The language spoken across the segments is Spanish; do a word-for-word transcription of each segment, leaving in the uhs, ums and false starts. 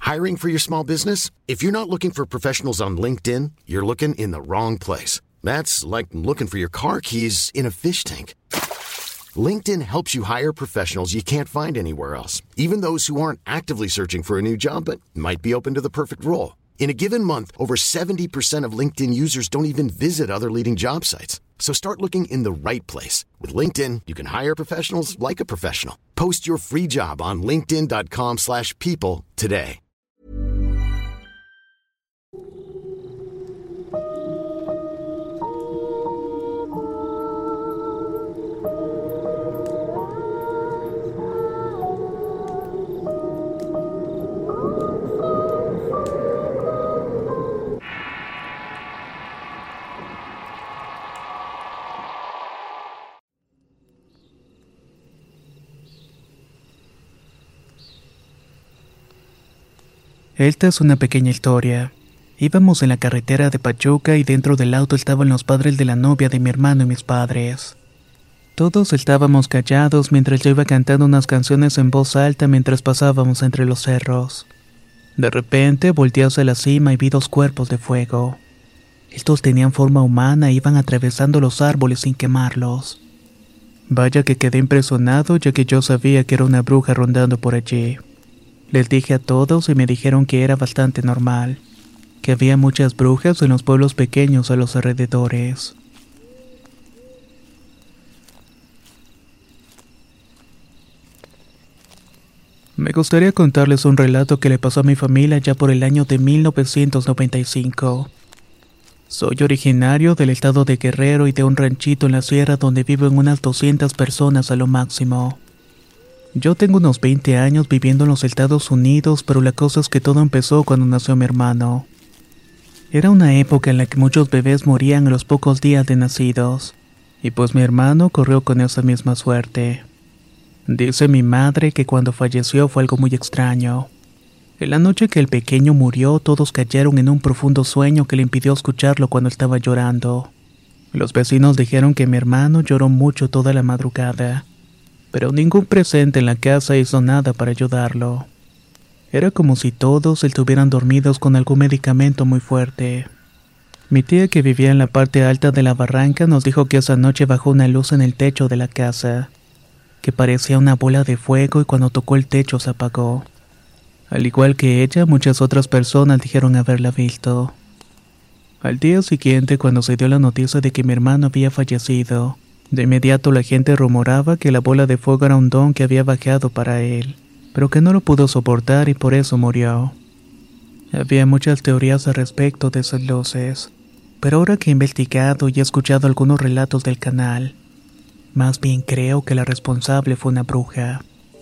Hiring for your small business? If you're not looking for professionals on LinkedIn, you're looking in the wrong place. That's like looking for your car keys in a fish tank. LinkedIn helps you hire professionals you can't find anywhere else, even those who aren't actively searching for a new job but might be open to the perfect role. In a given month, over seventy percent of LinkedIn users don't even visit other leading job sites. So start looking in the right place. With LinkedIn, you can hire professionals like a professional. Post your free job on linkedin dot com slash people today. Esta es una pequeña historia. Íbamos en la carretera de Pachuca y dentro del auto estaban los padres de la novia de mi hermano y mis padres. Todos estábamos callados mientras yo iba cantando unas canciones en voz alta mientras pasábamos entre los cerros. De repente volteé hacia la cima y vi dos cuerpos de fuego. Estos tenían forma humana e iban atravesando los árboles sin quemarlos. Vaya que quedé impresionado ya que yo sabía que era una bruja rondando por allí. Les dije a todos y me dijeron que era bastante normal, que había muchas brujas en los pueblos pequeños a los alrededores. Me gustaría contarles un relato que le pasó a mi familia ya por el año de mil novecientos noventa y cinco. Soy originario del estado de Guerrero y de un ranchito en la sierra donde viven unas doscientas personas a lo máximo. Yo tengo unos veinte años viviendo en los Estados Unidos, pero la cosa es que todo empezó cuando nació mi hermano. Era una época en la que muchos bebés morían a los pocos días de nacidos, y pues mi hermano corrió con esa misma suerte. Dice mi madre que cuando falleció fue algo muy extraño. En la noche que el pequeño murió, todos cayeron en un profundo sueño que le impidió escucharlo cuando estaba llorando. Los vecinos dijeron que mi hermano lloró mucho toda la madrugada, pero ningún presente en la casa hizo nada para ayudarlo. Era como si todos estuvieran dormidos con algún medicamento muy fuerte. Mi tía, que vivía en la parte alta de la barranca, nos dijo que esa noche bajó una luz en el techo de la casa, que parecía una bola de fuego y cuando tocó el techo se apagó. Al igual que ella, muchas otras personas dijeron haberla visto. Al día siguiente, cuando se dio la noticia de que mi hermano había fallecido, de inmediato la gente rumoraba que la bola de fuego era un don que había bajado para él, pero que no lo pudo soportar y por eso murió. Había muchas teorías al respecto de esas luces, pero ahora que he investigado y he escuchado algunos relatos del canal, más bien creo que la responsable fue una bruja.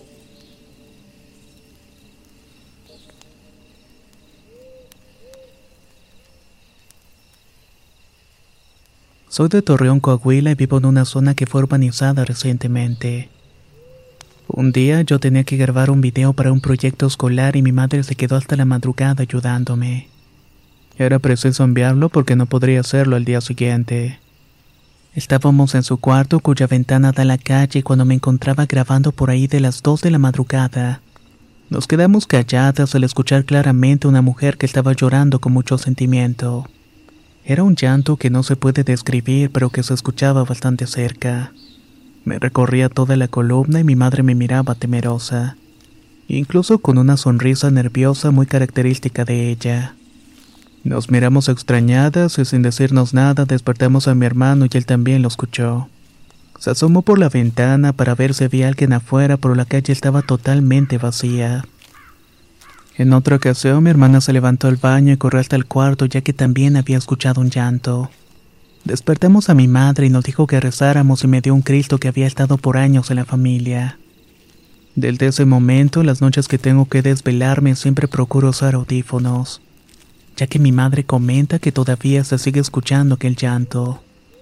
Soy de Torreón, Coahuila y vivo en una zona que fue urbanizada recientemente. Un día yo tenía que grabar un video para un proyecto escolar y mi madre se quedó hasta la madrugada ayudándome. Era preciso enviarlo porque no podría hacerlo al día siguiente. Estábamos en su cuarto cuya ventana da a la calle cuando me encontraba grabando por ahí de las dos de la madrugada. Nos quedamos calladas al escuchar claramente a una mujer que estaba llorando con mucho sentimiento. Era un llanto que no se puede describir, pero que se escuchaba bastante cerca. Me recorría toda la columna y mi madre me miraba temerosa, incluso con una sonrisa nerviosa muy característica de ella. Nos miramos extrañadas y sin decirnos nada despertamos a mi hermano y él también lo escuchó. Se asomó por la ventana para ver si había alguien afuera, pero la calle estaba totalmente vacía. En otra ocasión, mi hermana se levantó al baño y corrió hasta el cuarto ya que también había escuchado un llanto. Despertamos a mi madre y nos dijo que rezáramos y me dio un Cristo que había estado por años en la familia. Desde ese momento, las noches que tengo que desvelarme siempre procuro usar audífonos, ya que mi madre comenta que todavía se sigue escuchando aquel llanto.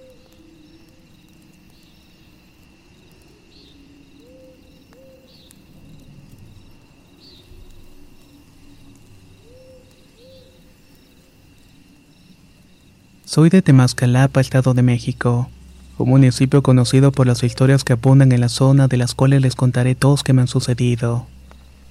Soy de Temascalapa, Estado de México, un municipio conocido por las historias que abundan en la zona, de las cuales les contaré dos que me han sucedido.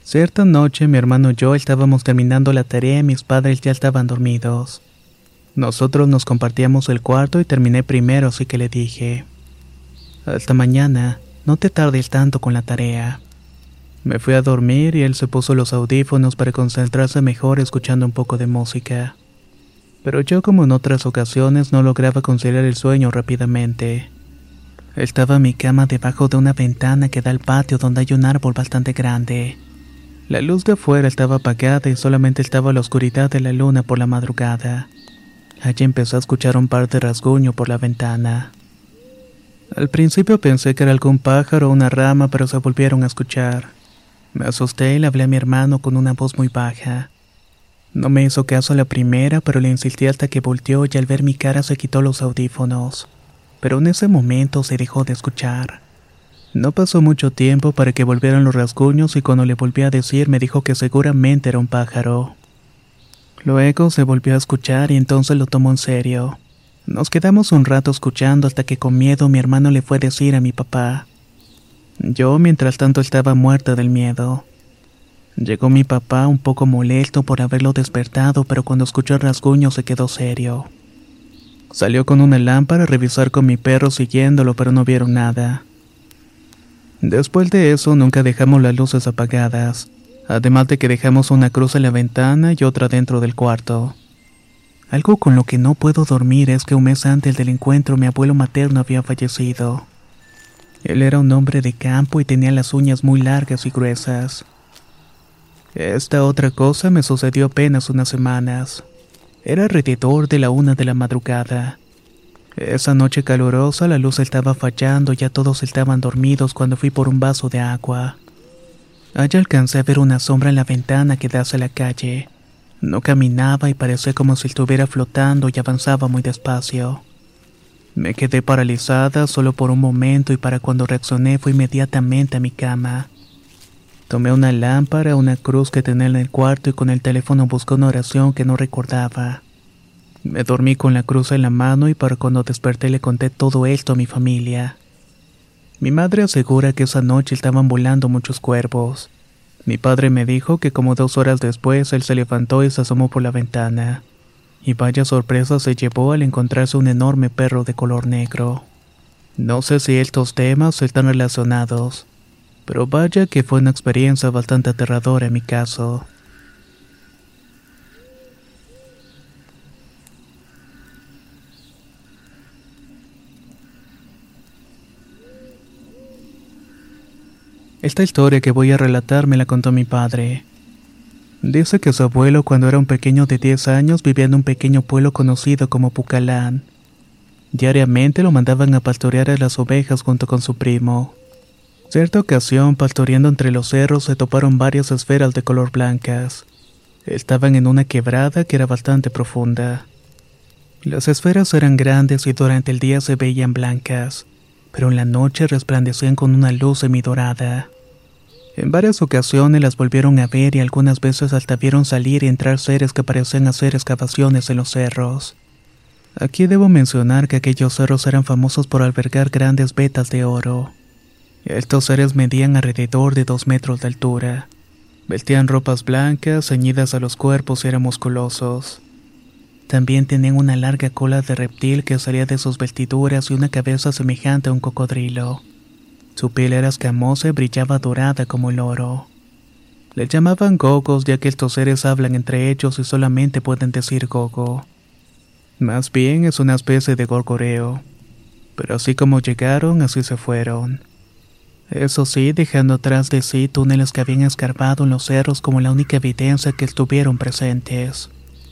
Cierta noche mi hermano y yo estábamos terminando la tarea y mis padres ya estaban dormidos. Nosotros nos compartíamos el cuarto y terminé primero, así que le dije: hasta mañana, no te tardes tanto con la tarea. Me fui a dormir y él se puso los audífonos para concentrarse mejor escuchando un poco de música. Pero yo, como en otras ocasiones, no lograba conciliar el sueño rápidamente. Estaba en mi cama debajo de una ventana que da al patio donde hay un árbol bastante grande. La luz de afuera estaba apagada y solamente estaba la oscuridad de la luna por la madrugada. Allí empecé a escuchar un par de rasguños por la ventana. Al principio pensé que era algún pájaro o una rama, pero se volvieron a escuchar. Me asusté y le hablé a mi hermano con una voz muy baja. No me hizo caso a la primera, pero le insistí hasta que volteó y al ver mi cara se quitó los audífonos. Pero en ese momento se dejó de escuchar. No pasó mucho tiempo para que volvieran los rasguños y cuando le volví a decir me dijo que seguramente era un pájaro. Luego se volvió a escuchar y entonces lo tomó en serio. Nos quedamos un rato escuchando hasta que con miedo mi hermano le fue a decir a mi papá. Yo mientras tanto estaba muerta del miedo. Llegó mi papá un poco molesto por haberlo despertado, pero cuando escuchó el rasguño se quedó serio. Salió con una lámpara a revisar con mi perro siguiéndolo, pero no vieron nada. Después de eso nunca dejamos las luces apagadas, además de que dejamos una cruz en la ventana y otra dentro del cuarto. Algo con lo que no puedo dormir es que un mes antes del encuentro mi abuelo materno había fallecido. Él era un hombre de campo y tenía las uñas muy largas y gruesas. Esta otra cosa me sucedió apenas unas semanas. Era alrededor de la una de la madrugada. Esa noche calurosa la luz estaba fallando y ya todos estaban dormidos cuando fui por un vaso de agua. Allá alcancé a ver una sombra en la ventana que da hacia la calle. No caminaba y parecía como si estuviera flotando y avanzaba muy despacio. Me quedé paralizada solo por un momento y para cuando reaccioné fui inmediatamente a mi cama. Tomé una lámpara, una cruz que tenía en el cuarto y con el teléfono busqué una oración que no recordaba. Me dormí con la cruz en la mano y para cuando desperté le conté todo esto a mi familia. Mi madre asegura que esa noche estaban volando muchos cuervos. Mi padre me dijo que como dos horas después él se levantó y se asomó por la ventana. Y vaya sorpresa se llevó al encontrarse un enorme perro de color negro. No sé si estos temas están relacionados, pero vaya que fue una experiencia bastante aterradora en mi caso. Esta historia que voy a relatar me la contó mi padre. Dice que su abuelo, cuando era un pequeño de diez años, vivía en un pequeño pueblo conocido como Pucalán. Diariamente lo mandaban a pastorear a las ovejas junto con su primo. Cierta ocasión, pastoreando entre los cerros, se toparon varias esferas de color blancas. Estaban en una quebrada que era bastante profunda. Las esferas eran grandes y durante el día se veían blancas, pero en la noche resplandecían con una luz semidorada. En varias ocasiones las volvieron a ver y algunas veces hasta vieron salir y entrar seres que parecían hacer excavaciones en los cerros. Aquí debo mencionar que aquellos cerros eran famosos por albergar grandes vetas de oro. Estos seres medían alrededor de dos metros de altura. Vestían ropas blancas, ceñidas a los cuerpos y eran musculosos. También tenían una larga cola de reptil que salía de sus vestiduras y una cabeza semejante a un cocodrilo. Su piel era escamosa y brillaba dorada como el oro. Les llamaban gogos ya que estos seres hablan entre ellos y solamente pueden decir gogo. Más bien es una especie de gorgoreo. Pero así como llegaron, así se fueron. Eso sí, dejando atrás de sí túneles que habían escarbado en los cerros como la única evidencia que estuvieron presentes.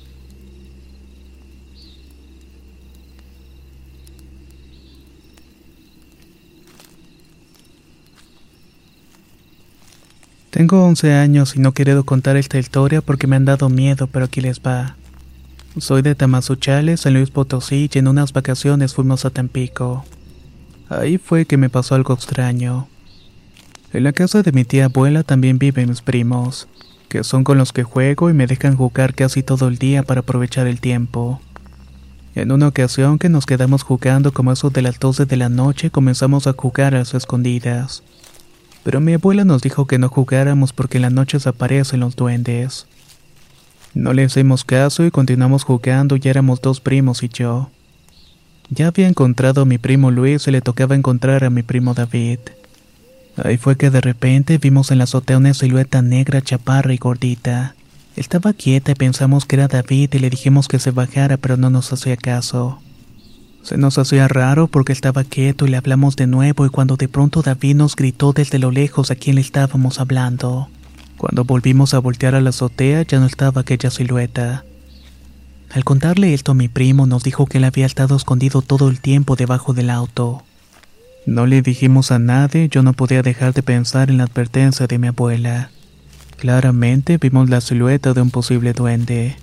Tengo once años y no he querido contar esta historia porque me han dado miedo, pero aquí les va. Soy de Tamazunchale, San Luis Potosí, y en unas vacaciones fuimos a Tampico. Ahí fue que me pasó algo extraño. En la casa de mi tía abuela también viven mis primos, que son con los que juego y me dejan jugar casi todo el día para aprovechar el tiempo. En una ocasión que nos quedamos jugando como eso de las doce de la noche, comenzamos a jugar a las escondidas. Pero mi abuela nos dijo que no jugáramos porque en las noches aparecen los duendes. No le hicimos caso y continuamos jugando, y éramos dos primos y yo. Ya había encontrado a mi primo Luis y le tocaba encontrar a mi primo David. Ahí fue que de repente vimos en la azotea una silueta negra, chaparra y gordita. Estaba quieta y pensamos que era David y le dijimos que se bajara, pero no nos hacía caso. Se nos hacía raro porque estaba quieto y le hablamos de nuevo, y cuando de pronto David nos gritó desde lo lejos a quién le estábamos hablando. Cuando volvimos a voltear a la azotea ya no estaba aquella silueta. Al contarle esto a mi primo nos dijo que él había estado escondido todo el tiempo debajo del auto. No le dijimos a nadie, yo no podía dejar de pensar en la advertencia de mi abuela. Claramente vimos la silueta de un posible duende.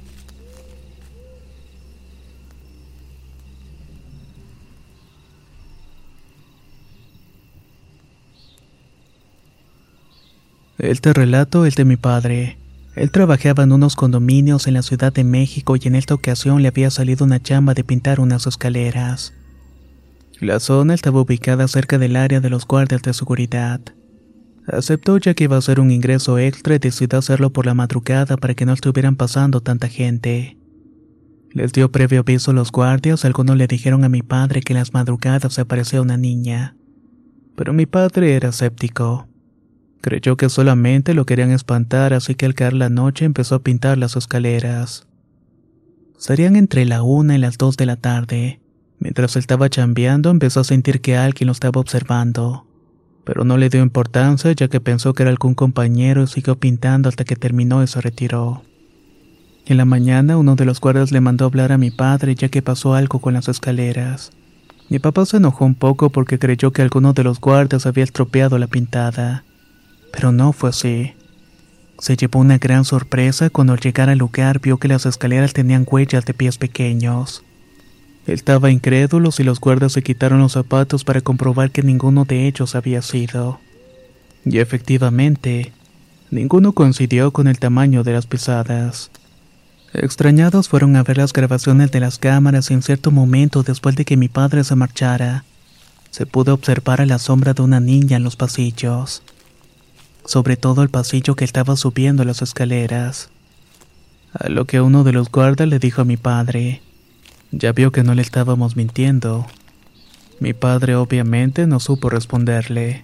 Este relato es de mi padre. Él trabajaba en unos condominios en la Ciudad de México y en esta ocasión le había salido una chamba de pintar unas escaleras. La zona estaba ubicada cerca del área de los guardias de seguridad. Aceptó ya que iba a ser un ingreso extra y decidió hacerlo por la madrugada para que no estuvieran pasando tanta gente. Les dio previo aviso a los guardias, algunos le dijeron a mi padre que en las madrugadas se aparecía una niña. Pero mi padre era escéptico. Creyó que solamente lo querían espantar, así que al caer la noche empezó a pintar las escaleras. Serían entre la una y las dos de la tarde. Mientras estaba chambeando, empezó a sentir que alguien lo estaba observando. Pero no le dio importancia, ya que pensó que era algún compañero y siguió pintando hasta que terminó y se retiró. En la mañana, uno de los guardias le mandó hablar a mi padre, ya que pasó algo con las escaleras. Mi papá se enojó un poco porque creyó que alguno de los guardias había estropeado la pintada. Pero no fue así. Se llevó una gran sorpresa cuando al llegar al lugar vio que las escaleras tenían huellas de pies pequeños. Él estaba incrédulo y los guardias se quitaron los zapatos para comprobar que ninguno de ellos había sido. Y efectivamente, ninguno coincidió con el tamaño de las pisadas. Extrañados fueron a ver las grabaciones de las cámaras y en cierto momento después de que mi padre se marchara, se pudo observar a la sombra de una niña en los pasillos. Sobre todo el pasillo que estaba subiendo las escaleras. A lo que uno de los guardas le dijo a mi padre, ya vio que no le estábamos mintiendo. Mi padre obviamente no supo responderle.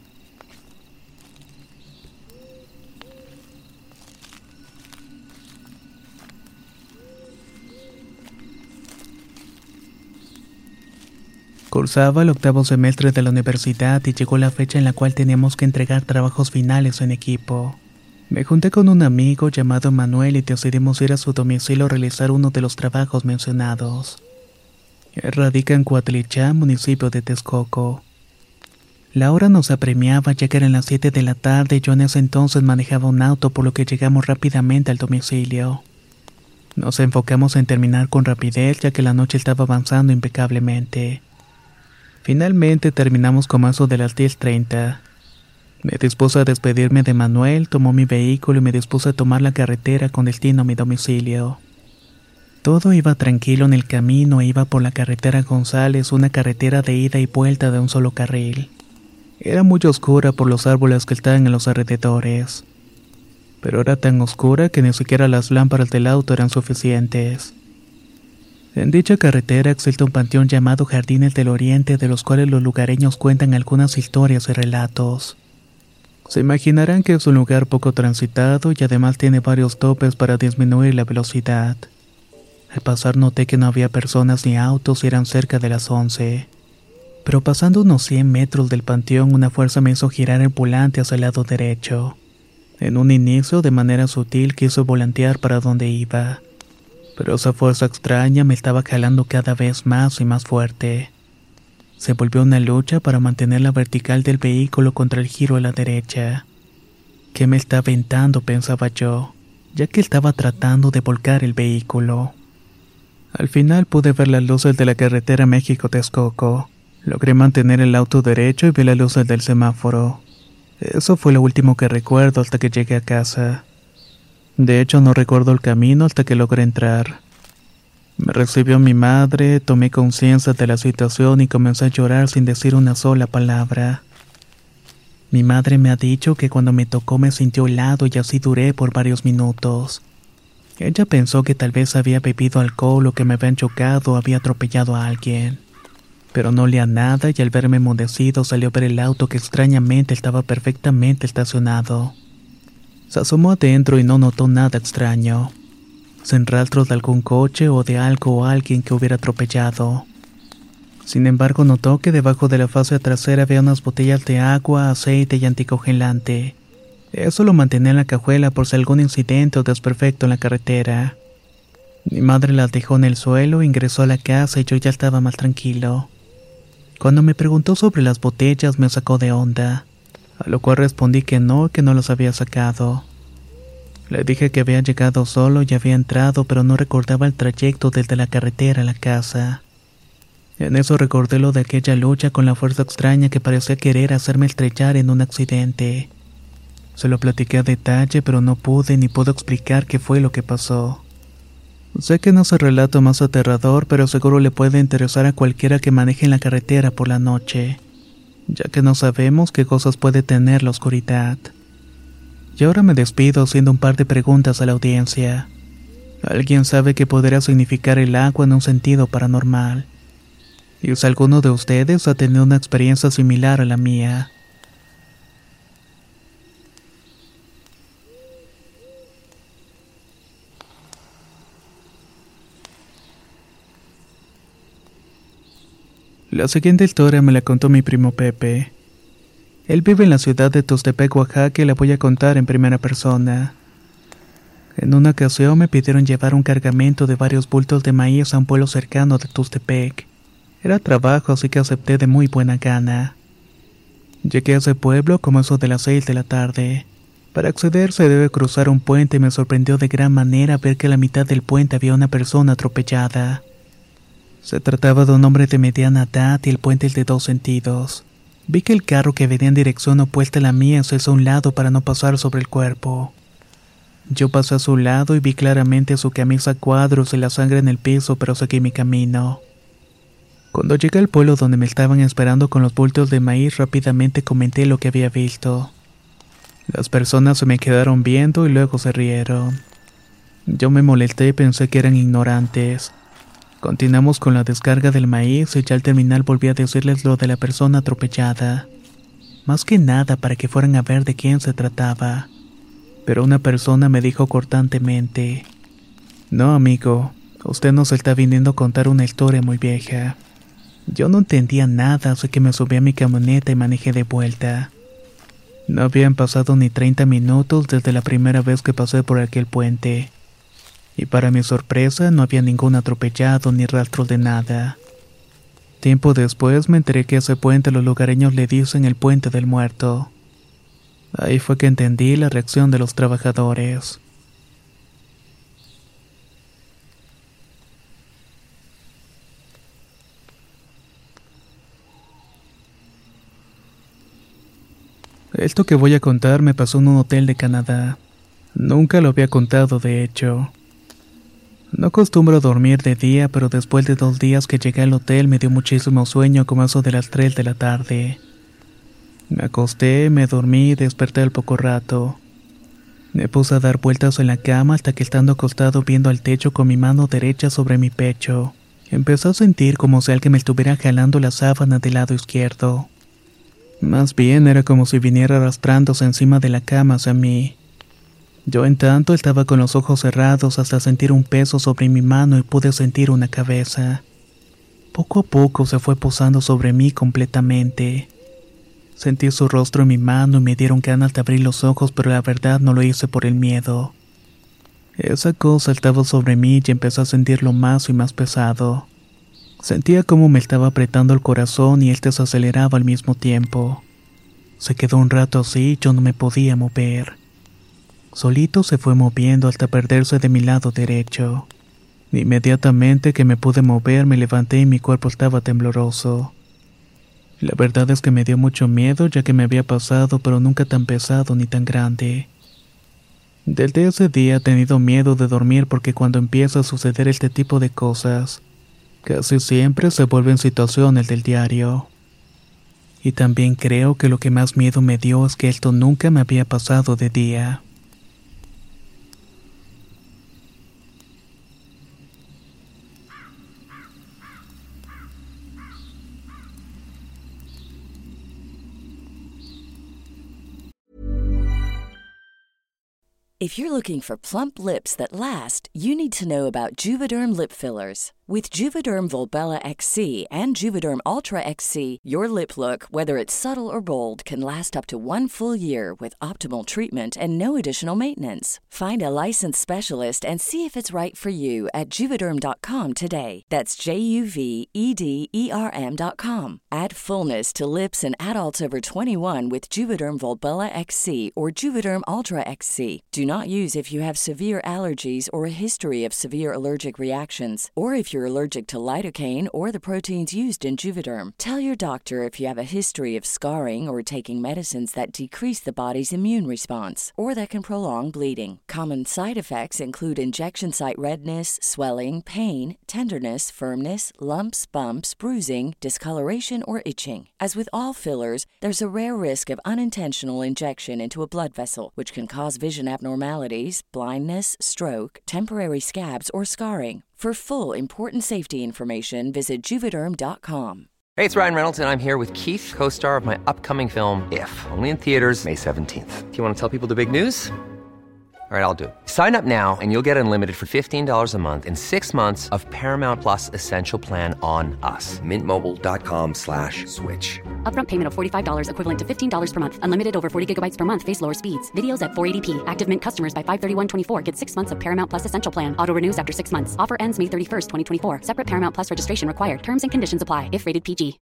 Cursaba el octavo semestre de la universidad y llegó la fecha en la cual teníamos que entregar trabajos finales en equipo. Me junté con un amigo llamado Manuel y decidimos ir a su domicilio a realizar uno de los trabajos mencionados. Él radica en Cuatlichá, municipio de Texcoco. La hora nos apremiaba ya que eran las siete de la tarde y yo en ese entonces manejaba un auto, por lo que llegamos rápidamente al domicilio. Nos enfocamos en terminar con rapidez ya que la noche estaba avanzando impecablemente. Finalmente terminamos como eso de las diez treinta. Me dispuse a despedirme de Manuel, tomó mi vehículo y me dispuse a tomar la carretera con destino a mi domicilio. Todo iba tranquilo en el camino e iba por la carretera González, una carretera de ida y vuelta de un solo carril. Era muy oscura por los árboles que estaban en los alrededores. Pero era tan oscura que ni siquiera las lámparas del auto eran suficientes. En dicha carretera existe un panteón llamado Jardines del Oriente, de los cuales los lugareños cuentan algunas historias y relatos. Se imaginarán que es un lugar poco transitado y además tiene varios topes para disminuir la velocidad. Al pasar noté que no había personas ni autos y eran cerca de las once. Pero pasando unos cien metros del panteón, una fuerza me hizo girar el volante hacia el lado derecho. En un inicio, de manera sutil, quiso volantear para donde iba. Pero esa fuerza extraña me estaba jalando cada vez más y más fuerte. Se volvió una lucha para mantener la vertical del vehículo contra el giro a la derecha. ¿Qué me está aventando?, pensaba yo, ya que estaba tratando de volcar el vehículo. Al final pude ver las luces de la carretera México-Texcoco. Logré mantener el auto derecho y vi las luces del semáforo. Eso fue lo último que recuerdo hasta que llegué a casa. De hecho, no recuerdo el camino hasta que logré entrar. Me recibió mi madre, tomé conciencia de la situación y comencé a llorar sin decir una sola palabra. Mi madre me ha dicho que cuando me tocó me sintió helado y así duré por varios minutos. Ella pensó que tal vez había bebido alcohol o que me habían chocado o había atropellado a alguien. Pero no olía nada y al verme enmudecido salió a ver el auto que extrañamente estaba perfectamente estacionado. Se asomó adentro y no notó nada extraño, sin rastros de algún coche o de algo o alguien que hubiera atropellado. Sin embargo, notó que debajo de la fascia trasera había unas botellas de agua, aceite y anticongelante. Eso lo mantenía en la cajuela por si algún incidente o desperfecto en la carretera. Mi madre las dejó en el suelo, ingresó a la casa y yo ya estaba más tranquilo. Cuando me preguntó sobre las botellas me sacó de onda, a lo cual respondí que no, que no las había sacado. Le dije que había llegado solo y había entrado, pero no recordaba el trayecto desde la carretera a la casa. En eso recordé lo de aquella lucha con la fuerza extraña que parecía querer hacerme estrellar en un accidente. Se lo platiqué a detalle, pero no pude ni puedo explicar qué fue lo que pasó. Sé que no es el relato más aterrador, pero seguro le puede interesar a cualquiera que maneje en la carretera por la noche, ya que no sabemos qué cosas puede tener la oscuridad. Y ahora me despido haciendo un par de preguntas a la audiencia. ¿Alguien sabe qué podría significar el agua en un sentido paranormal? ¿Y si alguno de ustedes ha tenido una experiencia similar a la mía? La siguiente historia me la contó mi primo Pepe. Él vive en la ciudad de Tuxtepec, Oaxaca, y la voy a contar en primera persona. En una ocasión me pidieron llevar un cargamento de varios bultos de maíz a un pueblo cercano de Tuxtepec. Era trabajo, así que acepté de muy buena gana. Llegué a ese pueblo como eso de las seis de la tarde. Para acceder se debe cruzar un puente y me sorprendió de gran manera ver que a la mitad del puente había una persona atropellada. Se trataba de un hombre de mediana edad y el puente es de dos sentidos. Vi que el carro que venía en dirección opuesta a la mía se hizo a un lado para no pasar sobre el cuerpo. Yo pasé a su lado y vi claramente su camisa a cuadros y la sangre en el piso, pero seguí mi camino. Cuando llegué al pueblo donde me estaban esperando con los bultos de maíz, rápidamente comenté lo que había visto. Las personas se me quedaron viendo y luego se rieron. Yo me molesté y pensé que eran ignorantes. Continuamos con la descarga del maíz y ya al terminar volví a decirles lo de la persona atropellada. Más que nada para que fueran a ver de quién se trataba. Pero una persona me dijo cortantemente: «No, amigo, usted nos está viniendo a contar una historia muy vieja». Yo no entendía nada, así que me subí a mi camioneta y manejé de vuelta. No habían pasado ni treinta minutos desde la primera vez que pasé por aquel puente. Y para mi sorpresa no había ningún atropellado ni rastro de nada. Tiempo después me enteré que a ese puente los lugareños le dicen el Puente del Muerto. Ahí fue que entendí la reacción de los trabajadores. Esto que voy a contar me pasó en un hotel de Canadá. Nunca lo había contado, de hecho. No acostumbro a dormir de día, pero después de dos días que llegué al hotel me dio muchísimo sueño, como eso de las tres de la tarde. Me acosté, me dormí y desperté al poco rato. Me puse a dar vueltas en la cama hasta que, estando acostado viendo al techo con mi mano derecha sobre mi pecho, empecé a sentir como si alguien me estuviera jalando la sábana del lado izquierdo. Más bien era como si viniera arrastrándose encima de la cama hacia mí. Yo en tanto estaba con los ojos cerrados hasta sentir un peso sobre mi mano y pude sentir una cabeza. Poco a poco se fue posando sobre mí completamente. Sentí su rostro en mi mano y me dieron ganas de abrir los ojos, pero la verdad no lo hice por el miedo. Esa cosa estaba sobre mí y empecé a sentirlo más y más pesado. Sentía como me estaba apretando el corazón y este se aceleraba al mismo tiempo. Se quedó un rato así y yo no me podía mover. Solito se fue moviendo hasta perderse de mi lado derecho. Inmediatamente que me pude mover me levanté y mi cuerpo estaba tembloroso. La verdad es que me dio mucho miedo, ya que me había pasado, pero nunca tan pesado ni tan grande. Desde ese día he tenido miedo de dormir porque cuando empieza a suceder este tipo de cosas, casi siempre se vuelven situaciones del diario. Y también creo que lo que más miedo me dio es que esto nunca me había pasado de día. If you're looking for plump lips that last, you need to know about Juvederm lip fillers. With Juvederm Volbella X C and Juvederm Ultra X C, your lip look, whether it's subtle or bold, can last up to one full year with optimal treatment and no additional maintenance. Find a licensed specialist and see if it's right for you at Juvederm dot com today. That's J U V E D E R M dot com. Add fullness to lips in adults over twenty-one with Juvederm Volbella X C or Juvederm Ultra X C. Do not use if you have severe allergies or a history of severe allergic reactions, or if you're allergic to lidocaine or the proteins used in Juvederm. Tell your doctor if you have a history of scarring or taking medicines that decrease the body's immune response or that can prolong bleeding. Common side effects include injection site redness, swelling, pain, tenderness, firmness, lumps, bumps, bruising, discoloration, or itching. As with all fillers, there's a rare risk of unintentional injection into a blood vessel, which can cause vision abnormalities, blindness, stroke, temporary scabs, or scarring. For full, important safety information, visit Juvederm dot com. Hey, it's Ryan Reynolds, and I'm here with Keith, co-star of my upcoming film, If, only in theaters May seventeenth. Do you want to tell people the big news? All right, I'll do it. Sign up now and you'll get unlimited for fifteen dollars a month and six months of Paramount Plus Essential Plan on us. Mint Mobile dot com slash switch. Upfront payment of forty-five dollars equivalent to fifteen dollars per month. Unlimited over forty gigabytes per month. Face lower speeds. Videos at four eighty p. Active Mint customers by five thirty-one twenty-four get six months of Paramount Plus Essential Plan. Auto renews after six months. Offer ends May thirty-first, twenty twenty-four. Separate Paramount Plus registration required. Terms and conditions apply if rated P G.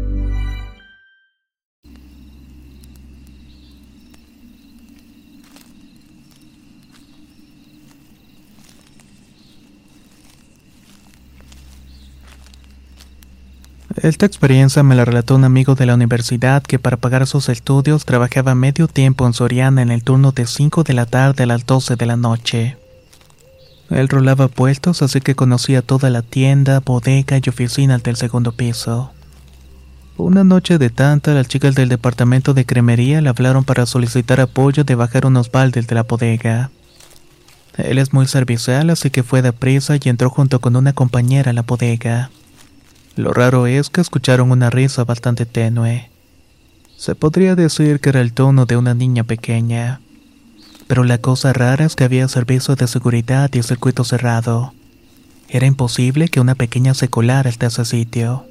Esta experiencia me la relató un amigo de la universidad que para pagar sus estudios trabajaba medio tiempo en Soriana en el turno de cinco de la tarde a las doce de la noche. Él rolaba puestos, así que conocía toda la tienda, bodega y oficinas del segundo piso. Una noche de tanta, las chicas del departamento de cremería le hablaron para solicitar apoyo de bajar unos baldes de la bodega. Él es muy servicial, así que fue deprisa y entró junto con una compañera a la bodega. Lo raro es que escucharon una risa bastante tenue. Se podría decir que era el tono de una niña pequeña. Pero la cosa rara es que había servicio de seguridad y circuito cerrado. Era imposible que una pequeña se colara hasta ese sitio.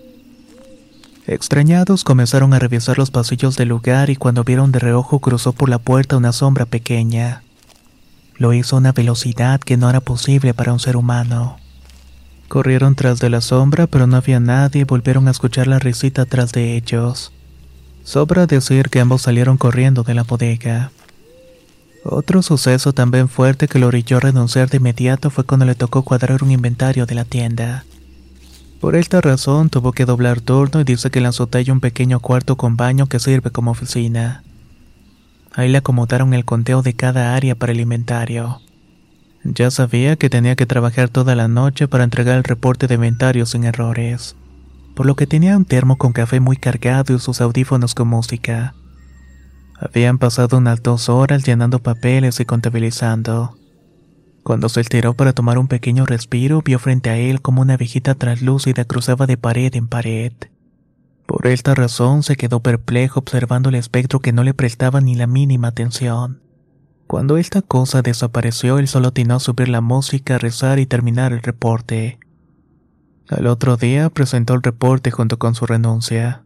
Extrañados comenzaron a revisar los pasillos del lugar y cuando vieron de reojo cruzó por la puerta una sombra pequeña. Lo hizo a una velocidad que no era posible para un ser humano. Corrieron tras de la sombra, pero no había nadie y volvieron a escuchar la risita tras de ellos. Sobra decir que ambos salieron corriendo de la bodega. Otro suceso también fuerte que lo orilló a renunciar de inmediato fue cuando le tocó cuadrar un inventario de la tienda. Por esta razón tuvo que doblar turno y dice que en la azotea hay un pequeño cuarto con baño que sirve como oficina. Ahí le acomodaron el conteo de cada área para el inventario. Ya sabía que tenía que trabajar toda la noche para entregar el reporte de inventario sin errores, por lo que tenía un termo con café muy cargado y sus audífonos con música. Habían pasado unas dos horas llenando papeles y contabilizando. Cuando se estiró para tomar un pequeño respiro, vio frente a él como una viejita translúcida cruzaba de pared en pared. Por esta razón se quedó perplejo observando el espectro que no le prestaba ni la mínima atención. Cuando esta cosa desapareció, él solo atinó a subir la música, rezar y terminar el reporte. Al otro día presentó el reporte junto con su renuncia.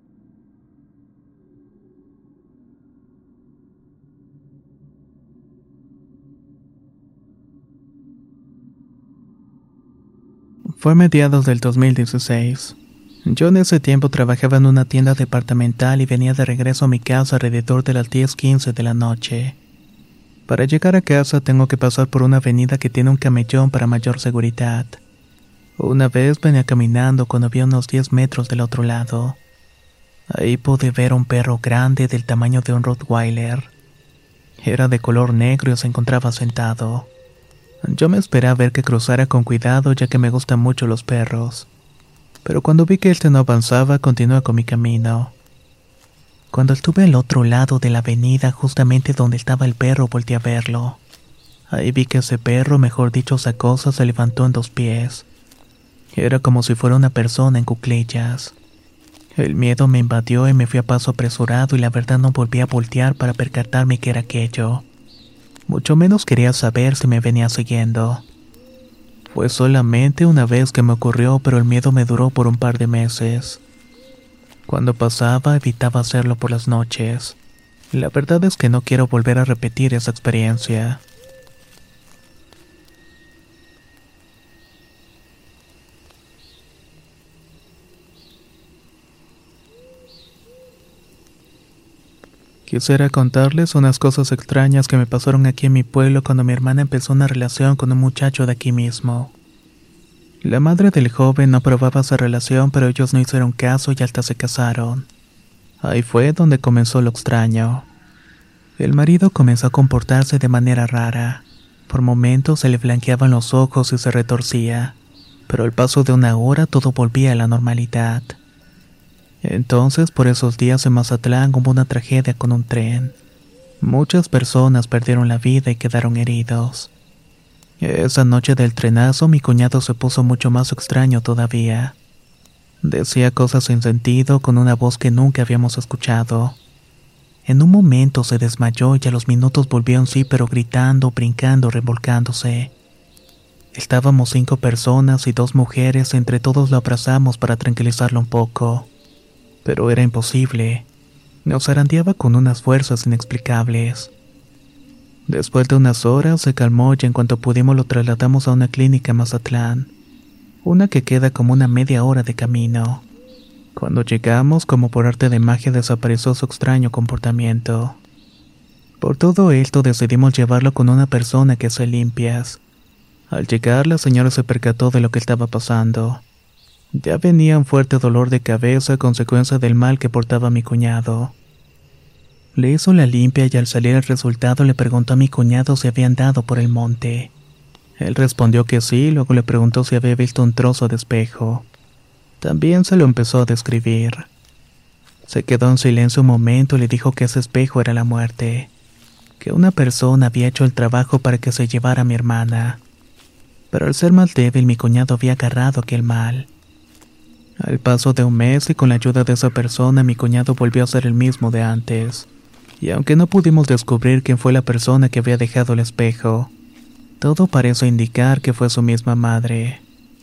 Fue a mediados del dos mil dieciséis. Yo en ese tiempo trabajaba en una tienda departamental y venía de regreso a mi casa alrededor de las diez quince de la noche. Para llegar a casa tengo que pasar por una avenida que tiene un camellón para mayor seguridad. Una vez venía caminando cuando vi unos diez metros del otro lado. Ahí pude ver un perro grande del tamaño de un Rottweiler. Era de color negro y se encontraba sentado. Yo me esperé a ver que cruzara con cuidado ya que me gustan mucho los perros. Pero cuando vi que este no avanzaba, continué con mi camino. Cuando estuve al otro lado de la avenida, justamente donde estaba el perro, volteé a verlo. Ahí vi que ese perro, mejor dicho, esa cosa, se levantó en dos pies. Era como si fuera una persona en cuclillas. El miedo me invadió y me fui a paso apresurado y la verdad no volví a voltear para percatarme que era aquello. Mucho menos quería saber si me venía siguiendo. Fue solamente una vez que me ocurrió, pero el miedo me duró por un par de meses. Cuando pasaba, evitaba hacerlo por las noches. La verdad es que no quiero volver a repetir esa experiencia. Quisiera contarles unas cosas extrañas que me pasaron aquí en mi pueblo cuando mi hermana empezó una relación con un muchacho de aquí mismo. La madre del joven no aprobaba esa relación, pero ellos no hicieron caso y hasta se casaron. Ahí fue donde comenzó lo extraño. El marido comenzó a comportarse de manera rara. Por momentos se le blanqueaban los ojos y se retorcía, pero al paso de una hora todo volvía a la normalidad. Entonces, por esos días en Mazatlán hubo una tragedia con un tren. Muchas personas perdieron la vida y quedaron heridos. Esa noche del trenazo mi cuñado se puso mucho más extraño todavía. Decía cosas sin sentido con una voz que nunca habíamos escuchado. En un momento se desmayó y a los minutos volvió en sí, pero gritando, brincando, revolcándose. Estábamos cinco personas y dos mujeres, entre todos lo abrazamos para tranquilizarlo un poco. Pero era imposible. Nos zarandeaba con unas fuerzas inexplicables. Después de unas horas se calmó y en cuanto pudimos lo trasladamos a una clínica en Mazatlán, una que queda como una media hora de camino. Cuando llegamos, como por arte de magia, desapareció su extraño comportamiento. Por todo esto decidimos llevarlo con una persona que hace limpias. Al llegar, la señora se percató de lo que estaba pasando. Ya venía un fuerte dolor de cabeza a consecuencia del mal que portaba mi cuñado. Le hizo la limpia y al salir el resultado le preguntó a mi cuñado si había andado por el monte. Él respondió que sí, luego le preguntó si había visto un trozo de espejo. También se lo empezó a describir. Se quedó en silencio un momento y le dijo que ese espejo era la muerte, que una persona había hecho el trabajo para que se llevara a mi hermana. Pero al ser más débil mi cuñado había agarrado aquel mal. Al paso de un mes y con la ayuda de esa persona mi cuñado volvió a ser el mismo de antes. Y aunque no pudimos descubrir quién fue la persona que había dejado el espejo, todo parece indicar que fue su misma madre.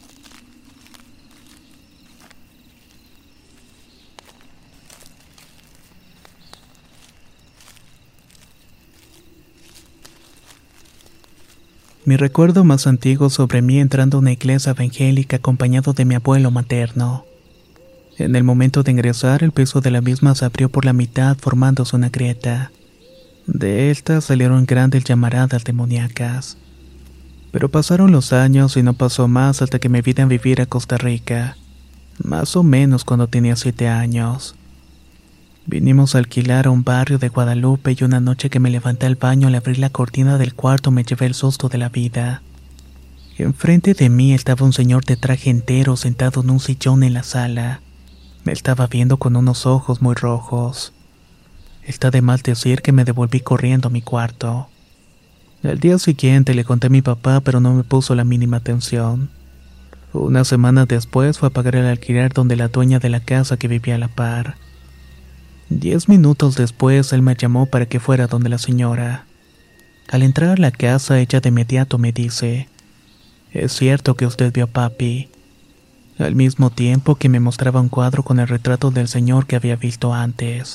Mi recuerdo más antiguo sobre mí entrando a una iglesia evangélica acompañado de mi abuelo materno. En el momento de ingresar, el piso de la misma se abrió por la mitad formándose una grieta. De esta salieron grandes llamaradas demoníacas. Pero pasaron los años y no pasó más hasta que me vine a vivir a Costa Rica, más o menos cuando tenía siete años. Vinimos a alquilar a un barrio de Guadalupe y una noche que me levanté al baño al abrir la cortina del cuarto me llevé el susto de la vida. Enfrente de mí estaba un señor de traje entero sentado en un sillón en la sala. Me estaba viendo con unos ojos muy rojos. Está de más decir que me devolví corriendo a mi cuarto. Al día siguiente le conté a mi papá, pero no me puso la mínima atención. Una semana después fue a pagar el alquiler donde la dueña de la casa que vivía a la par. Diez minutos después él me llamó para que fuera donde la señora. Al entrar a la casa ella de inmediato me dice: «Es cierto que usted vio a papi», al mismo tiempo que me mostraba un cuadro con el retrato del señor que había visto antes.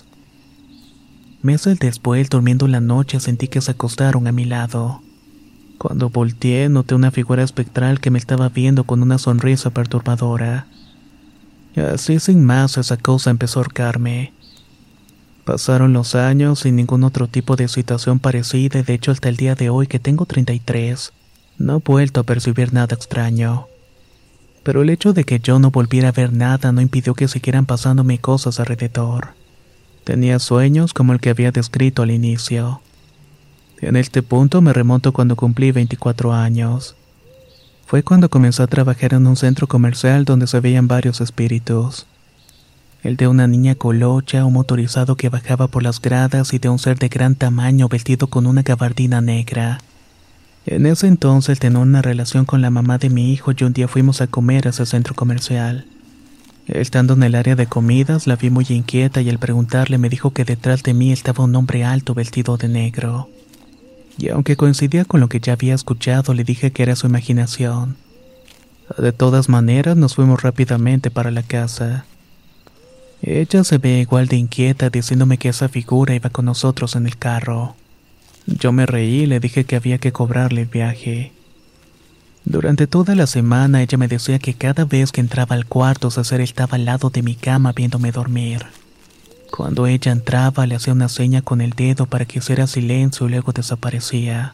Meses después, durmiendo en la noche, sentí que se acostaron a mi lado. Cuando volteé, noté una figura espectral que me estaba viendo con una sonrisa perturbadora. Así sin más, esa cosa empezó a ahorcarme. Pasaron los años sin ningún otro tipo de situación parecida y de hecho hasta el día de hoy que tengo treinta y tres, no he vuelto a percibir nada extraño. Pero el hecho de que yo no volviera a ver nada no impidió que siguieran pasándome cosas alrededor. Tenía sueños como el que había descrito al inicio. En este punto me remonto cuando cumplí veinticuatro años. Fue cuando comencé a trabajar en un centro comercial donde se veían varios espíritus. el de una niña colocha, un motorizado que bajaba por las gradas y de un ser de gran tamaño vestido con una gabardina negra. En ese entonces tenía una relación con la mamá de mi hijo y un día fuimos a comer a ese centro comercial. Estando en el área de comidas la vi muy inquieta y al preguntarle me dijo que detrás de mí estaba un hombre alto vestido de negro. Y aunque coincidía con lo que ya había escuchado, le dije que era su imaginación. De todas maneras nos fuimos rápidamente para la casa. Ella se ve igual de inquieta diciéndome que esa figura iba con nosotros en el carro. Yo me reí y le dije que había que cobrarle el viaje. Durante toda la semana ella me decía que cada vez que entraba al cuarto su ser estaba al lado de mi cama viéndome dormir. Cuando ella entraba le hacía una seña con el dedo para que hiciera silencio y luego desaparecía.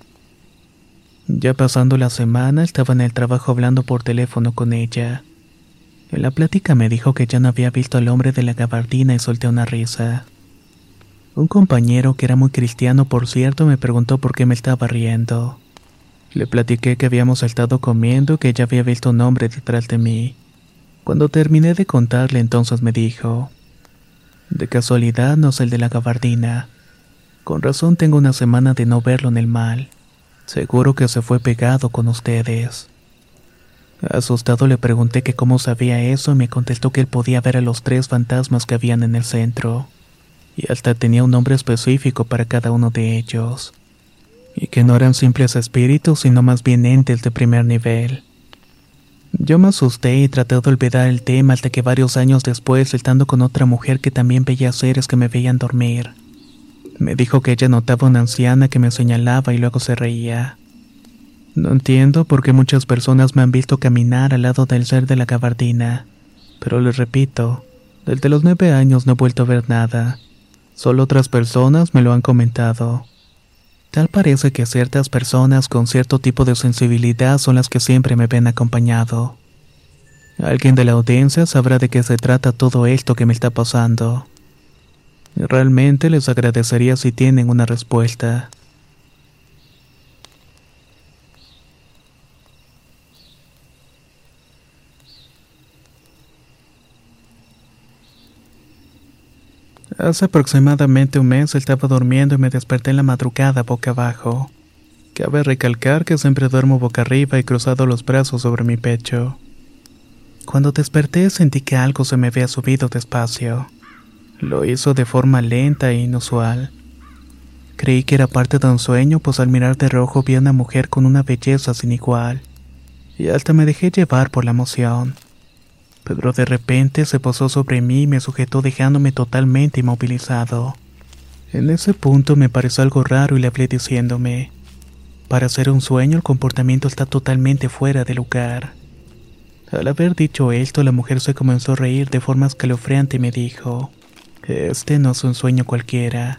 Ya pasando la semana estaba en el trabajo hablando por teléfono con ella. En la plática me dijo que ya no había visto al hombre de la gabardina y solté una risa. Un compañero que era muy cristiano, por cierto, me preguntó por qué me estaba riendo. Le platiqué que habíamos estado comiendo y que ya había visto un hombre detrás de mí. Cuando terminé de contarle, entonces me dijo: de casualidad no es el de la gabardina. Con razón tengo una semana de no verlo en el mal. Seguro que se fue pegado con ustedes. Asustado le pregunté que cómo sabía eso y me contestó que él podía ver a los tres fantasmas que habían en el centro. Y hasta tenía un nombre específico para cada uno de ellos. Y que no eran simples espíritus, sino más bien entes de primer nivel. Yo me asusté y traté de olvidar el tema hasta que varios años después, estando con otra mujer que también veía seres que me veían dormir, me dijo que ella notaba una anciana que me señalaba y luego se reía. No entiendo por qué muchas personas me han visto caminar al lado del ser de la gabardina, pero les repito, desde los nueve años no he vuelto a ver nada. Solo otras personas me lo han comentado. Tal parece que ciertas personas con cierto tipo de sensibilidad son las que siempre me ven acompañado. Alguien de la audiencia sabrá de qué se trata todo esto que me está pasando. Realmente les agradecería si tienen una respuesta. Hace aproximadamente un mes estaba durmiendo y me desperté en la madrugada boca abajo. Cabe recalcar que siempre duermo boca arriba y cruzado los brazos sobre mi pecho. Cuando desperté sentí que algo se me había subido despacio. Lo hizo de forma lenta e inusual. Creí que era parte de un sueño, pues al mirar de rojo vi a una mujer con una belleza sin igual. Y hasta me dejé llevar por la emoción. Pero de repente se posó sobre mí y me sujetó dejándome totalmente inmovilizado. En ese punto me pareció algo raro y le hablé diciéndome: para hacer un sueño el comportamiento está totalmente fuera de lugar. Al haber dicho esto, la mujer se comenzó a reír de forma escalofriante y me dijo: este no es un sueño cualquiera.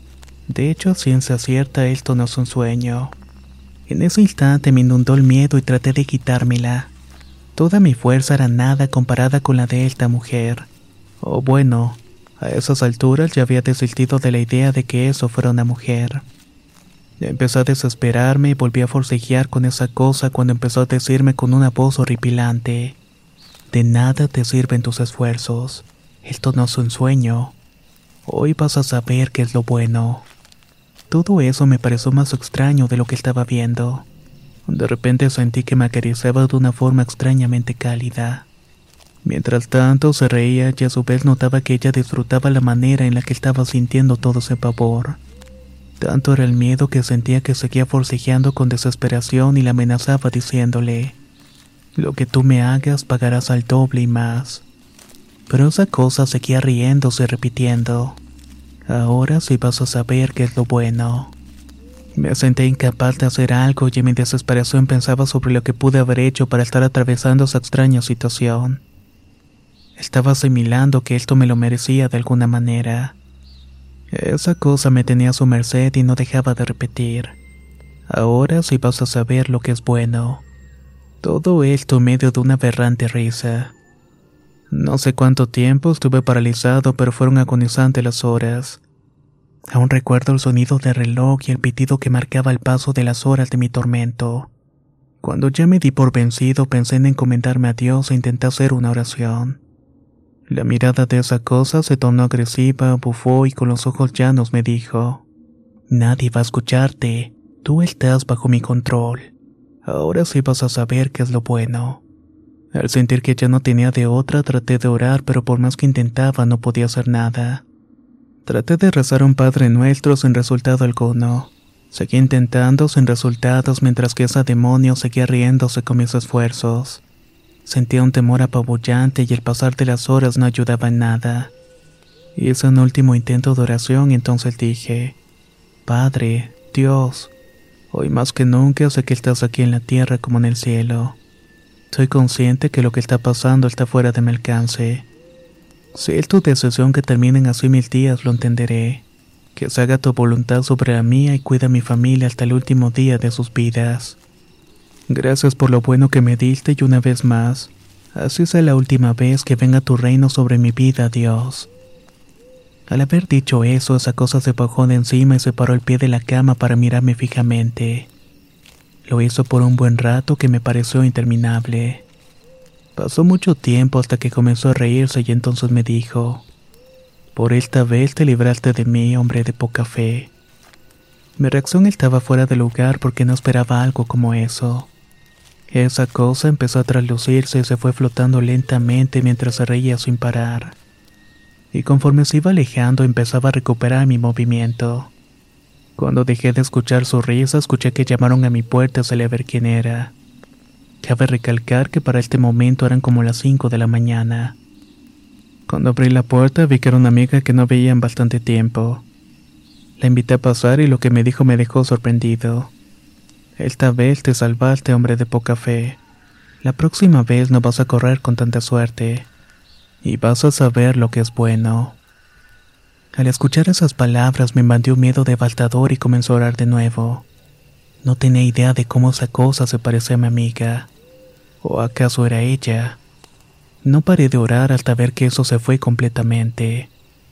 De hecho, a ciencia cierta, esto no es un sueño. En ese instante me inundó el miedo y traté de quitármela. Toda mi fuerza era nada comparada con la de esta mujer. O bueno, a esas alturas ya había desistido de la idea de que eso fuera una mujer. Empecé a desesperarme y volví a forcejear con esa cosa cuando empezó a decirme con una voz horripilante: de nada te sirven tus esfuerzos. Esto no es un sueño. Hoy vas a saber qué es lo bueno. Todo eso me pareció más extraño de lo que estaba viendo. De repente sentí que me acariciaba de una forma extrañamente cálida. Mientras tanto se reía y a su vez notaba que ella disfrutaba la manera en la que estaba sintiendo todo ese pavor. Tanto era el miedo que sentía que seguía forcejeando con desesperación y la amenazaba diciéndole: lo que tú me hagas pagarás al doble y más. Pero esa cosa seguía riéndose y repitiendo: ahora sí vas a saber qué es lo bueno. Me senté incapaz de hacer algo y en mi desesperación pensaba sobre lo que pude haber hecho para estar atravesando esa extraña situación. Estaba asimilando que esto me lo merecía de alguna manera. Esa cosa me tenía a su merced y no dejaba de repetir: ahora sí vas a saber lo que es bueno. Todo esto en medio de una aberrante risa. No sé cuánto tiempo estuve paralizado, pero fueron agonizantes las horas. Aún recuerdo el sonido del reloj y el pitido que marcaba el paso de las horas de mi tormento. Cuando ya me di por vencido, pensé en encomendarme a Dios e intenté hacer una oración. La mirada de esa cosa se tornó agresiva, bufó y con los ojos llanos me dijo: «Nadie va a escucharte, tú estás bajo mi control. Ahora sí vas a saber qué es lo bueno». Al sentir que ya no tenía de otra, traté de orar, pero por más que intentaba no podía hacer nada. Traté de rezar un Padre Nuestro sin resultado alguno. Seguí intentando sin resultados mientras que ese demonio seguía riéndose con mis esfuerzos. Sentía un temor apabullante y el pasar de las horas no ayudaba en nada. Hice un último intento de oración y entonces dije: «Padre, Dios, hoy más que nunca sé que estás aquí en la tierra como en el cielo. Soy consciente que lo que está pasando está fuera de mi alcance. Si es tu decisión que terminen así mis días, lo entenderé. Que se haga tu voluntad sobre la mía y cuida a mi familia hasta el último día de sus vidas. Gracias por lo bueno que me diste y una vez más, así sea la última vez que venga tu reino sobre mi vida, Dios». Al haber dicho eso, esa cosa se bajó de encima y se paró al pie de la cama para mirarme fijamente. Lo hizo por un buen rato que me pareció interminable. Pasó mucho tiempo hasta que comenzó a reírse y entonces me dijo: «Por esta vez te libraste de mí, hombre de poca fe». Mi reacción estaba fuera de lugar porque no esperaba algo como eso. Esa cosa empezó a traslucirse y se fue flotando lentamente mientras se reía sin parar. Y conforme se iba alejando empezaba a recuperar mi movimiento. Cuando dejé de escuchar su risa, escuché que llamaron a mi puerta a ver quién era. Cabe recalcar que para este momento eran como las cinco de la mañana. Cuando abrí la puerta vi que era una amiga que no veía en bastante tiempo. La invité a pasar y lo que me dijo me dejó sorprendido. «Esta vez te salvaste, hombre de poca fe. La próxima vez no vas a correr con tanta suerte. Y vas a saber lo que es bueno». Al escuchar esas palabras me invadió un miedo devastador y comenzó a orar de nuevo. No tenía idea de cómo esa cosa se parecía a mi amiga. ¿O acaso era ella? No paré de orar hasta ver que eso se fue completamente.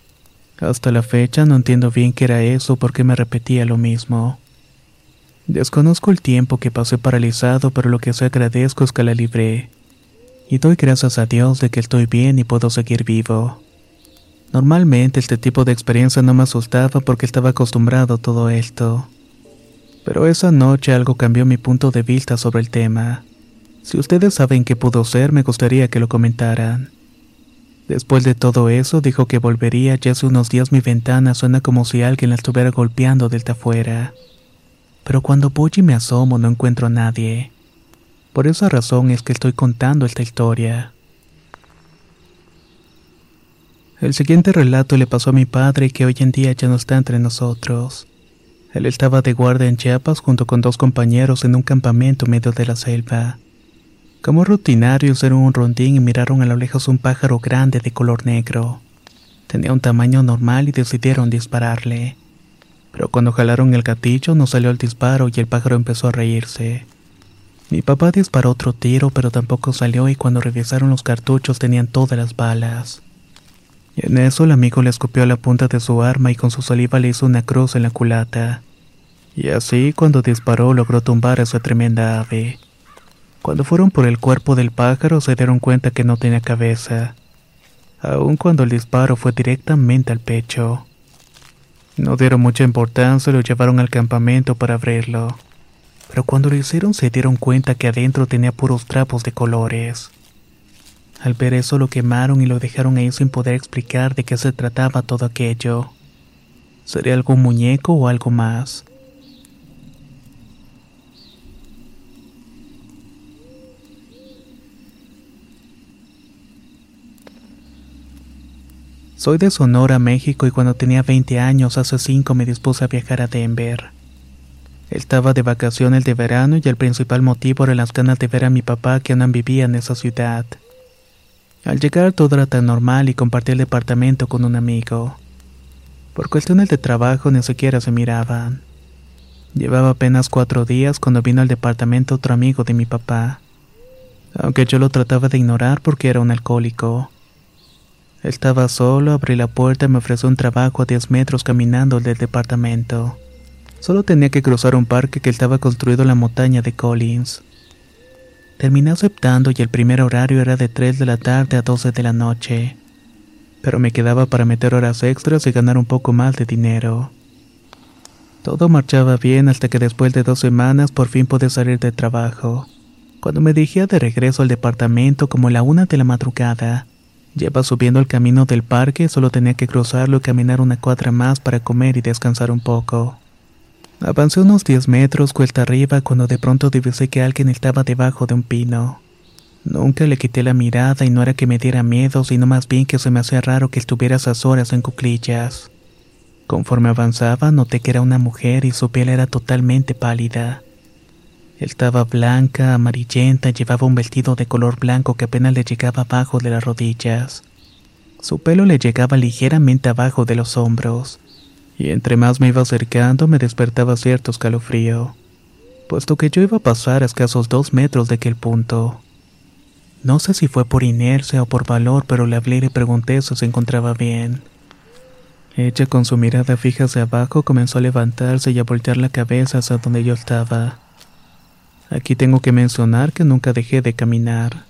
Hasta la fecha no entiendo bien qué era eso porque me repetía lo mismo. Desconozco el tiempo que pasé paralizado, pero lo que sí agradezco es que la libré. Y doy gracias a Dios de que estoy bien y puedo seguir vivo. Normalmente este tipo de experiencia no me asustaba porque estaba acostumbrado a todo esto. Pero esa noche algo cambió mi punto de vista sobre el tema. Si ustedes saben qué pudo ser, me gustaría que lo comentaran. Después de todo eso, dijo que volvería. Ya hace unos días mi ventana suena como si alguien la estuviera golpeando desde afuera. Pero cuando voy y me asomo no encuentro a nadie. Por esa razón es que estoy contando esta historia. El siguiente relato le pasó a mi padre, que hoy en día ya no está entre nosotros. Él estaba de guardia en Chiapas junto con dos compañeros en un campamento en medio de la selva. Como rutinario hicieron un rondín y miraron a lo lejos un pájaro grande de color negro. Tenía un tamaño normal y decidieron dispararle. Pero cuando jalaron el gatillo no salió el disparo y el pájaro empezó a reírse. Mi papá disparó otro tiro pero tampoco salió y cuando revisaron los cartuchos tenían todas las balas. En eso el amigo le escupió la punta de su arma y con su saliva le hizo una cruz en la culata. Y así, cuando disparó, logró tumbar a esa tremenda ave. Cuando fueron por el cuerpo del pájaro, se dieron cuenta que no tenía cabeza, aun cuando el disparo fue directamente al pecho. No dieron mucha importancia y lo llevaron al campamento para abrirlo. Pero cuando lo hicieron, se dieron cuenta que adentro tenía puros trapos de colores. Al ver eso lo quemaron y lo dejaron ahí sin poder explicar de qué se trataba todo aquello. ¿Sería algún muñeco o algo más? Soy de Sonora, México, y cuando tenía veinte años, hace cinco me dispuse a viajar a Denver. Estaba de vacaciones de verano y el principal motivo era las ganas de ver a mi papá que aún vivía en esa ciudad. Al llegar todo era tan normal y compartí el departamento con un amigo. Por cuestiones de trabajo ni siquiera se miraban. Llevaba apenas cuatro días cuando vino al departamento otro amigo de mi papá, aunque yo lo trataba de ignorar porque era un alcohólico. Estaba solo, abrí la puerta y me ofreció un trabajo a diez metros caminando del departamento. Solo tenía que cruzar un parque que estaba construido en la montaña de Collins. Terminé aceptando y el primer horario era de tres de la tarde a doce de la noche. pero me quedaba para meter horas extras y ganar un poco más de dinero. Todo marchaba bien hasta que después de dos semanas por fin pude salir de trabajo. Cuando me dirigía de regreso al departamento como la una de la madrugada, ya iba subiendo el camino del parque, solo tenía que cruzarlo y caminar una cuadra más para comer y descansar un poco. Avancé unos diez metros cuesta arriba cuando de pronto divisé que alguien estaba debajo de un pino. Nunca le quité la mirada y no era que me diera miedo, sino más bien que se me hacía raro que estuviera a esas horas en cuclillas. Conforme avanzaba, noté que era una mujer y su piel era totalmente pálida. Estaba blanca, amarillenta, llevaba un vestido de color blanco que apenas le llegaba abajo de las rodillas. Su pelo le llegaba ligeramente abajo de los hombros, y entre más me iba acercando me despertaba cierto escalofrío, puesto que yo iba a pasar a escasos dos metros de aquel punto. No sé si fue por inercia o por valor, pero le hablé y le pregunté si se encontraba bien. Ella, con su mirada fija hacia abajo, comenzó a levantarse y a voltear la cabeza hacia donde yo estaba. Aquí tengo que mencionar que nunca dejé de caminar.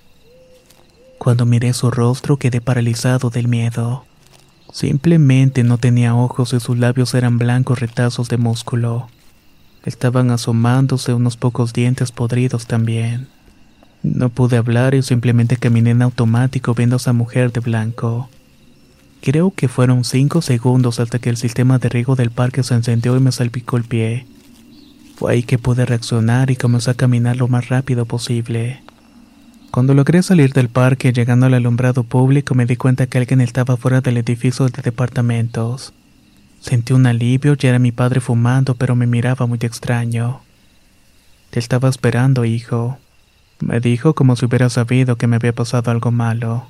Cuando miré su rostro quedé paralizado del miedo. Simplemente no tenía ojos y sus labios eran blancos retazos de músculo. Estaban asomándose unos pocos dientes podridos también. No pude hablar y simplemente caminé en automático viendo a esa mujer de blanco. Creo que fueron cinco segundos hasta que el sistema de riego del parque se encendió y me salpicó el pie. Fue ahí que pude reaccionar y comencé a caminar lo más rápido posible. Cuando logré salir del parque, llegando al alumbrado público, me di cuenta que alguien estaba fuera del edificio de departamentos. Sentí un alivio, ya era mi padre fumando, pero me miraba muy extraño. Te estaba esperando, hijo, me dijo como si hubiera sabido que me había pasado algo malo.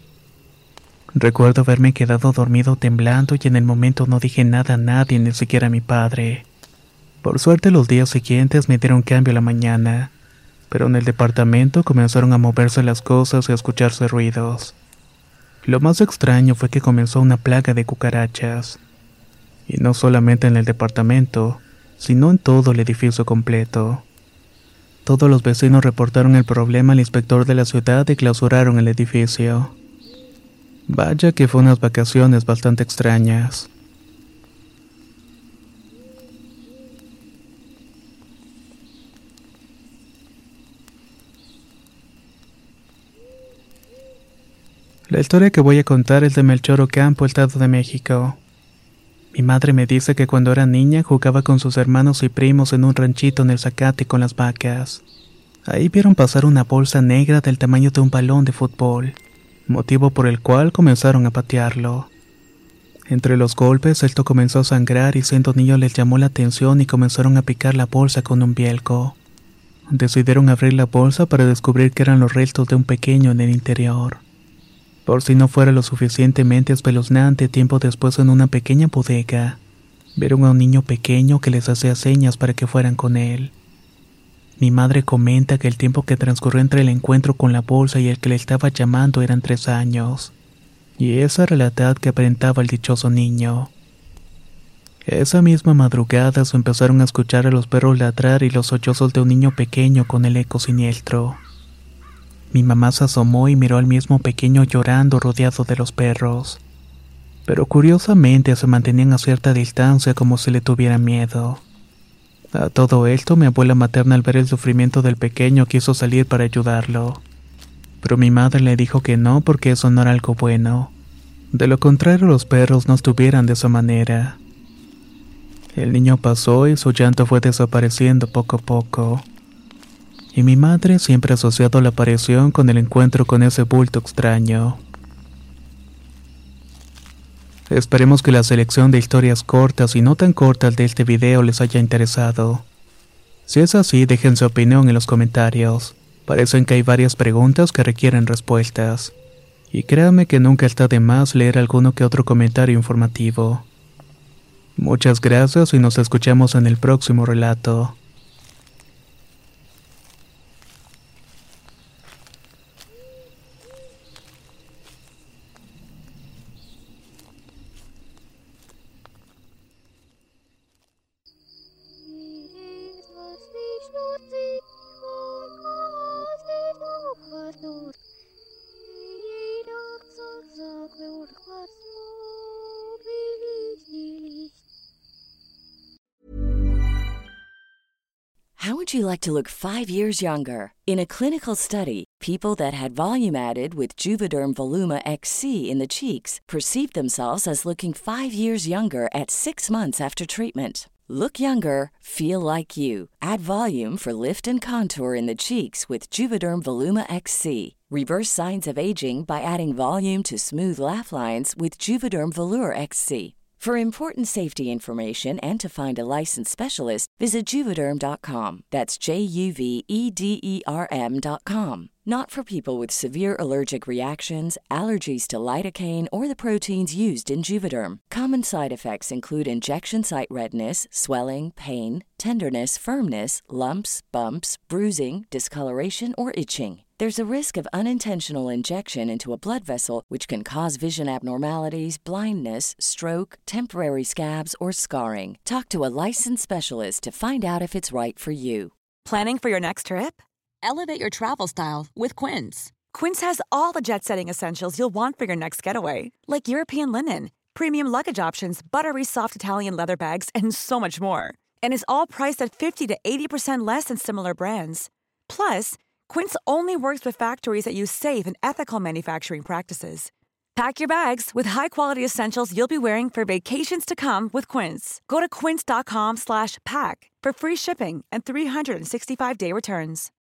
Recuerdo haberme quedado dormido temblando y en el momento no dije nada a nadie, ni siquiera a mi padre. Por suerte los días siguientes me dieron cambio a la mañana, pero en el departamento comenzaron a moverse las cosas y a escucharse ruidos. Lo más extraño fue que comenzó una plaga de cucarachas. Y no solamente en el departamento, sino en todo el edificio completo. Todos los vecinos reportaron el problema al inspector de la ciudad y clausuraron el edificio. Vaya que fue unas vacaciones bastante extrañas. La historia que voy a contar es de Melchor Ocampo, Estado de México. Mi madre me dice que cuando era niña jugaba con sus hermanos y primos en un ranchito en el zacate con las vacas. Ahí vieron pasar una bolsa negra del tamaño de un balón de fútbol, motivo por el cual comenzaron a patearlo. Entre los golpes, esto comenzó a sangrar y siendo niños les llamó la atención y comenzaron a picar la bolsa con un bielco. Decidieron abrir la bolsa para descubrir que eran los restos de un pequeño en el interior. Por si no fuera lo suficientemente espeluznante, tiempo después en una pequeña bodega, vieron a un niño pequeño que les hacía señas para que fueran con él. Mi madre comenta que el tiempo que transcurrió entre el encuentro con la bolsa y el que le estaba llamando eran tres años, y esa era la edad que aparentaba el dichoso niño. Esa misma madrugada se empezaron a escuchar a los perros ladrar y los sollozos de un niño pequeño con el eco siniestro. Mi mamá se asomó y miró al mismo pequeño llorando rodeado de los perros. Pero curiosamente se mantenían a cierta distancia como si le tuvieran miedo. A todo esto, mi abuela materna al ver el sufrimiento del pequeño quiso salir para ayudarlo. Pero mi madre le dijo que no porque eso no era algo bueno. De lo contrario, los perros no estuvieran de esa manera. El niño pasó y su llanto fue desapareciendo poco a poco. Y mi madre siempre ha asociado la aparición con el encuentro con ese bulto extraño. Esperemos que la selección de historias cortas y no tan cortas de este video les haya interesado. Si es así, dejen su opinión en los comentarios. Parecen que hay varias preguntas que requieren respuestas. Y créanme que nunca está de más leer alguno que otro comentario informativo. Muchas gracias y nos escuchamos en el próximo relato. Jeder sagt, sag, wer would you like to look five years younger? In a clinical study, people that had volume added with Juvederm Voluma X C in the cheeks perceived themselves as looking five years younger at six months after treatment. Look younger, feel like you. Add volume for lift and contour in the cheeks with Juvederm Voluma X C. Reverse signs of aging by adding volume to smooth laugh lines with Juvederm Volure X C. For important safety information and to find a licensed specialist, visit Juvederm dot com. That's J U V E D E R M dot com. Not for people with severe allergic reactions, allergies to lidocaine, or the proteins used in Juvederm. Common side effects include injection site redness, swelling, pain, tenderness, firmness, lumps, bumps, bruising, discoloration, or itching. There's a risk of unintentional injection into a blood vessel, which can cause vision abnormalities, blindness, stroke, temporary scabs, or scarring. Talk to a licensed specialist to find out if it's right for you. Planning for your next trip? Elevate your travel style with Quince. Quince has all the jet-setting essentials you'll want for your next getaway, like European linen, premium luggage options, buttery soft Italian leather bags, and so much more. And is all priced at fifty to eighty percent less than similar brands. Plus, Quince only works with factories that use safe and ethical manufacturing practices. Pack your bags with high-quality essentials you'll be wearing for vacations to come with Quince. Go to quince dot com slash pack for free shipping and three sixty-five day returns.